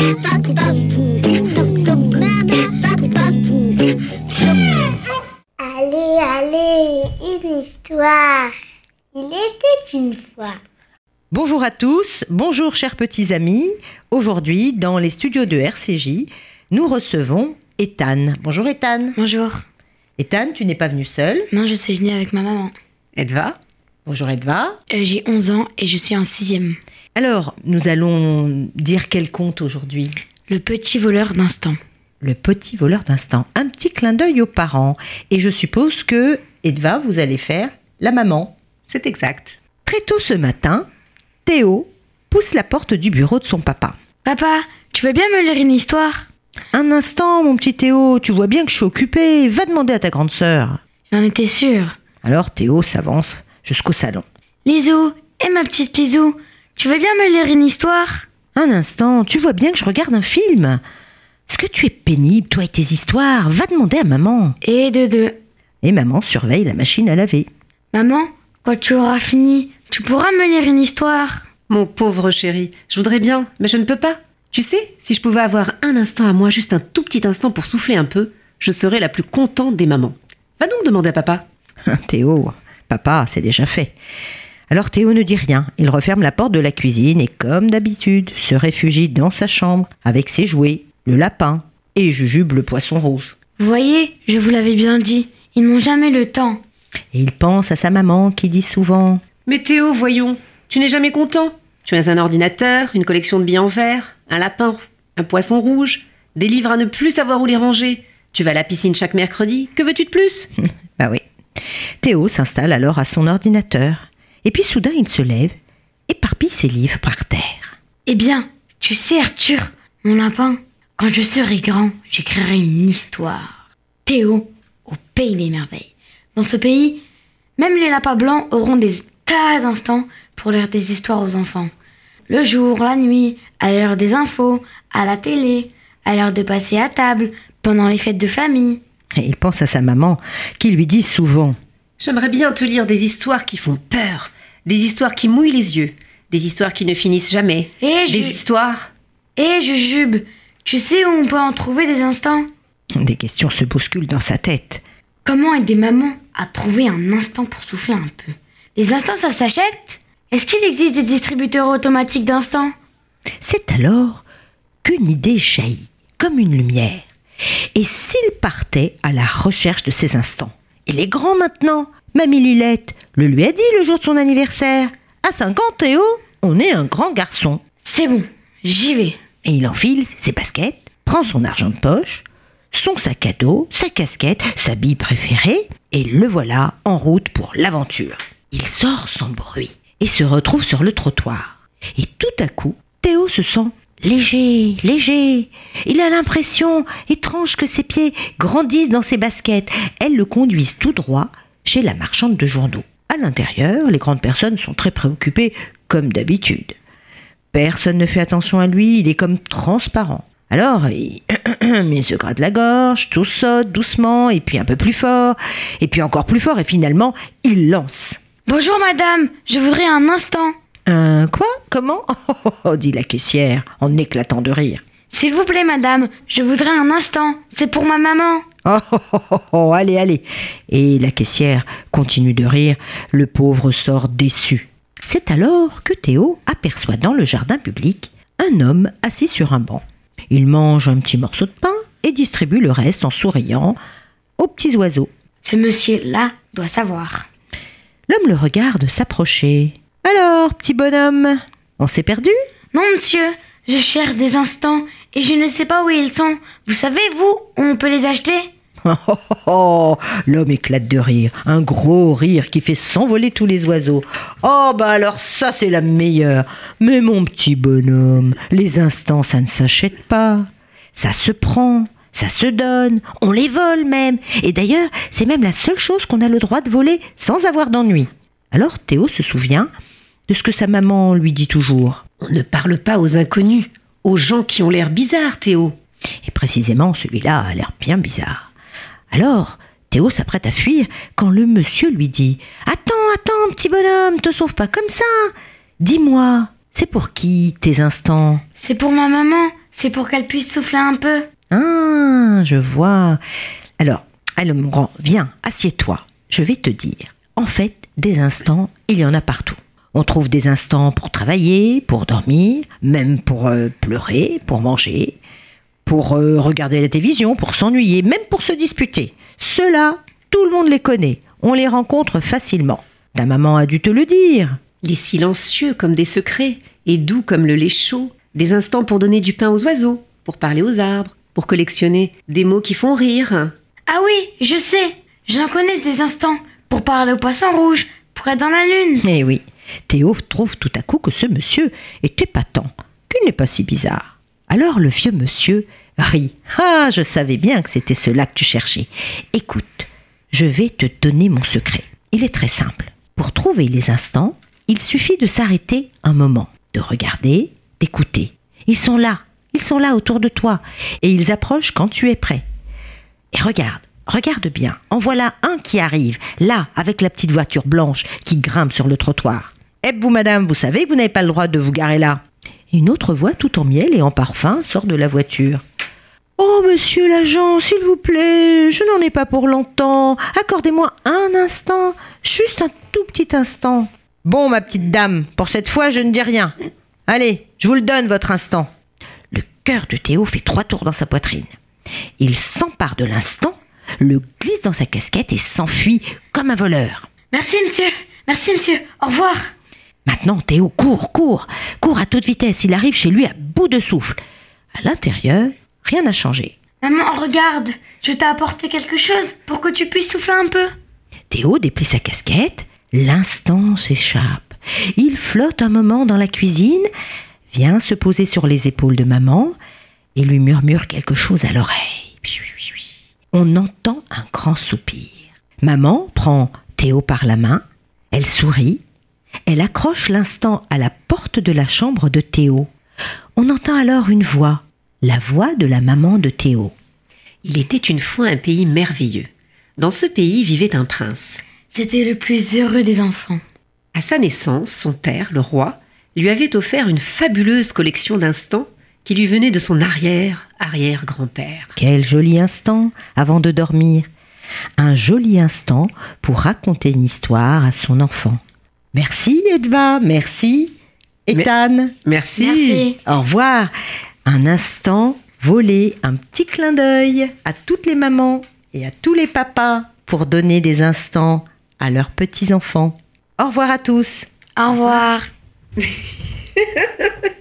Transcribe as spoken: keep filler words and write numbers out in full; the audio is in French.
Allez, allez, une histoire. Il était une fois. Bonjour à tous, bonjour chers petits amis. Aujourd'hui, dans les studios de R C J, nous recevons Ethan. Bonjour Ethan. Bonjour. Ethan, tu n'es pas venu seul. Non, je suis venue avec ma maman. Edva. Bonjour Edva. Euh, j'ai onze ans et je suis en sixième. Alors, nous allons dire quel conte aujourd'hui ? Le petit voleur d'instant. Le petit voleur d'instant. Un petit clin d'œil aux parents. Et je suppose que, Edva, vous allez faire la maman. C'est exact. Très tôt ce matin, Théo pousse la porte du bureau de son papa. Papa, tu veux bien me lire une histoire ? Un instant, mon petit Théo, tu vois bien que je suis occupée. Va demander à ta grande sœur. J'en étais sûre. Alors Théo s'avance jusqu'au salon. Lisou, et ma petite Lisou, tu veux bien me lire une histoire ? Un instant, tu vois bien que je regarde un film. Est-ce que tu es pénible, toi et tes histoires ? Va demander à maman. Et de deux. Et maman surveille la machine à laver. Maman, quand tu auras fini, tu pourras me lire une histoire ? Mon pauvre chéri, je voudrais bien, mais je ne peux pas. Tu sais, si je pouvais avoir un instant à moi, juste un tout petit instant pour souffler un peu, je serais la plus contente des mamans. Va donc demander à papa. Théo, papa, c'est déjà fait. Alors Théo ne dit rien. Il referme la porte de la cuisine et, comme d'habitude, se réfugie dans sa chambre avec ses jouets, le lapin et Jujube le poisson rouge. Vous voyez, je vous l'avais bien dit, ils n'ont jamais le temps. Et il pense à sa maman qui dit souvent « Mais Théo, voyons, tu n'es jamais content. Tu as un ordinateur, une collection de billes en verre, un lapin, un poisson rouge, des livres à ne plus savoir où les ranger. Tu vas à la piscine chaque mercredi. Que veux-tu de plus ?» Bah oui. Théo s'installe alors à son ordinateur. Et puis soudain, il se lève, éparpille ses livres par terre. Eh bien, tu sais Arthur, mon lapin, quand je serai grand, j'écrirai une histoire. Théo, au pays des merveilles. Dans ce pays, même les lapins blancs auront des tas d'instants pour lire des histoires aux enfants. Le jour, la nuit, à l'heure des infos, à la télé, à l'heure de passer à table, pendant les fêtes de famille. Et il pense à sa maman, qui lui dit souvent « J'aimerais bien te lire des histoires qui font peur, des histoires qui mouillent les yeux, des histoires qui ne finissent jamais, Et des ju- histoires... » Eh Jujube, tu sais où on peut en trouver des instants ? Des questions se bousculent dans sa tête. Comment aider maman à trouver un instant pour souffler un peu ? Les instants, ça s'achète ? Est-ce qu'il existe des distributeurs automatiques d'instants ? C'est alors qu'une idée jaillit, comme une lumière. Et s'il partait à la recherche de ces instants ? Il est grand maintenant. Mamie Lilette le lui a dit le jour de son anniversaire. À cinq ans, Théo, on est un grand garçon. C'est bon, j'y vais. Et il enfile ses baskets, prend son argent de poche, son sac à dos, sa casquette, sa bille préférée, et le voilà en route pour l'aventure. Il sort sans bruit et se retrouve sur le trottoir. Et tout à coup, Théo se sent léger, léger. Il a l'impression étrange que ses pieds grandissent dans ses baskets. Elles le conduisent tout droit chez la marchande de journaux. À l'intérieur, les grandes personnes sont très préoccupées, comme d'habitude. Personne ne fait attention à lui, il est comme transparent. Alors, il, il se gratte la gorge, tout saute doucement, et puis un peu plus fort, et puis encore plus fort, et finalement, il lance. Bonjour madame, je voudrais un instant. Un quoi ? Comment ? oh, oh, oh, dit la caissière en éclatant de rire. S'il vous plaît madame, je voudrais un instant, c'est pour ma maman. Oh, oh, oh, oh, oh, allez, allez. Et la caissière continue de rire, le pauvre sort déçu. C'est alors que Théo aperçoit dans le jardin public un homme assis sur un banc. Il mange un petit morceau de pain et distribue le reste en souriant aux petits oiseaux. Ce monsieur-là doit savoir. L'homme le regarde s'approcher. « Alors, petit bonhomme, on s'est perdu ?» Non monsieur, je cherche des instants et je ne sais pas où ils sont. Vous savez, vous, où on peut les acheter ? Oh, oh, oh, oh. L'homme éclate de rire, un gros rire qui fait s'envoler tous les oiseaux. Oh bah alors ça c'est la meilleure. Mais mon petit bonhomme, les instants ça ne s'achète pas. Ça se prend, ça se donne, on les vole même. Et d'ailleurs, c'est même la seule chose qu'on a le droit de voler sans avoir d'ennui. Alors Théo se souvient de ce que sa maman lui dit toujours. On ne parle pas aux inconnus, aux gens qui ont l'air bizarres, Théo. Et précisément celui-là a l'air bien bizarre. Alors, Théo s'apprête à fuir quand le monsieur lui dit « Attends, attends, petit bonhomme, te sauve pas comme ça. Dis-moi, c'est pour qui tes instants ?» C'est pour ma maman, c'est pour qu'elle puisse souffler un peu. Ah, je vois. Alors, allez mon grand, viens, assieds-toi. Je vais te dire. En fait, des instants, il y en a partout. On trouve des instants pour travailler, pour dormir, même pour euh, pleurer, pour manger, pour euh, regarder la télévision, pour s'ennuyer, même pour se disputer. Ceux-là, tout le monde les connaît. On les rencontre facilement. Ta maman a dû te le dire. Les silencieux comme des secrets, et doux comme le lait chaud. Des instants pour donner du pain aux oiseaux, pour parler aux arbres, pour collectionner des mots qui font rire. Ah oui, je sais, j'en connais des instants pour parler au poisson rouge, pour être dans la lune. Eh oui, Théo trouve tout à coup que ce monsieur est épatant, qu'il n'est pas si bizarre. Alors le vieux monsieur rit. Ah, je savais bien que c'était cela que tu cherchais. Écoute, je vais te donner mon secret. Il est très simple. Pour trouver les instants, il suffit de s'arrêter un moment, de regarder, d'écouter. Ils sont là, ils sont là autour de toi, et ils approchent quand tu es prêt. Et regarde, regarde bien, en voilà un qui arrive, là, avec la petite voiture blanche qui grimpe sur le trottoir. « Eh, vous madame, vous savez que vous n'avez pas le droit de vous garer là !» Une autre voix tout en miel et en parfum sort de la voiture. « Oh, monsieur l'agent, s'il vous plaît, je n'en ai pas pour longtemps. Accordez-moi un instant, juste un tout petit instant. »« Bon, ma petite dame, pour cette fois, je ne dis rien. Allez, je vous le donne, votre instant. » Le cœur de Théo fait trois tours dans sa poitrine. Il s'empare de l'instant, le glisse dans sa casquette et s'enfuit comme un voleur. Merci monsieur, merci monsieur, au revoir. Maintenant, Théo court, court, court à toute vitesse. Il arrive chez lui à bout de souffle. À l'intérieur, rien n'a changé. Maman, regarde, je t'ai apporté quelque chose pour que tu puisses souffler un peu. Théo déplie sa casquette. L'instant s'échappe. Il flotte un moment dans la cuisine, vient se poser sur les épaules de maman et lui murmure quelque chose à l'oreille. On entend un grand soupir. Maman prend Théo par la main, elle sourit, elle accroche l'instant à la porte de la chambre de Théo. On entend alors une voix, la voix de la maman de Théo. Il était une fois un pays merveilleux. Dans ce pays vivait un prince. C'était le plus heureux des enfants. À sa naissance, son père, le roi, lui avait offert une fabuleuse collection d'instants qui lui venait de son arrière-arrière-grand-père. Quel joli instant avant de dormir. Un joli instant pour raconter une histoire à son enfant. Merci Edva, merci Ethan. Merci. Merci. Au revoir. Un instant volé, un petit clin d'œil à toutes les mamans et à tous les papas pour donner des instants à leurs petits-enfants. Au revoir à tous. Au revoir.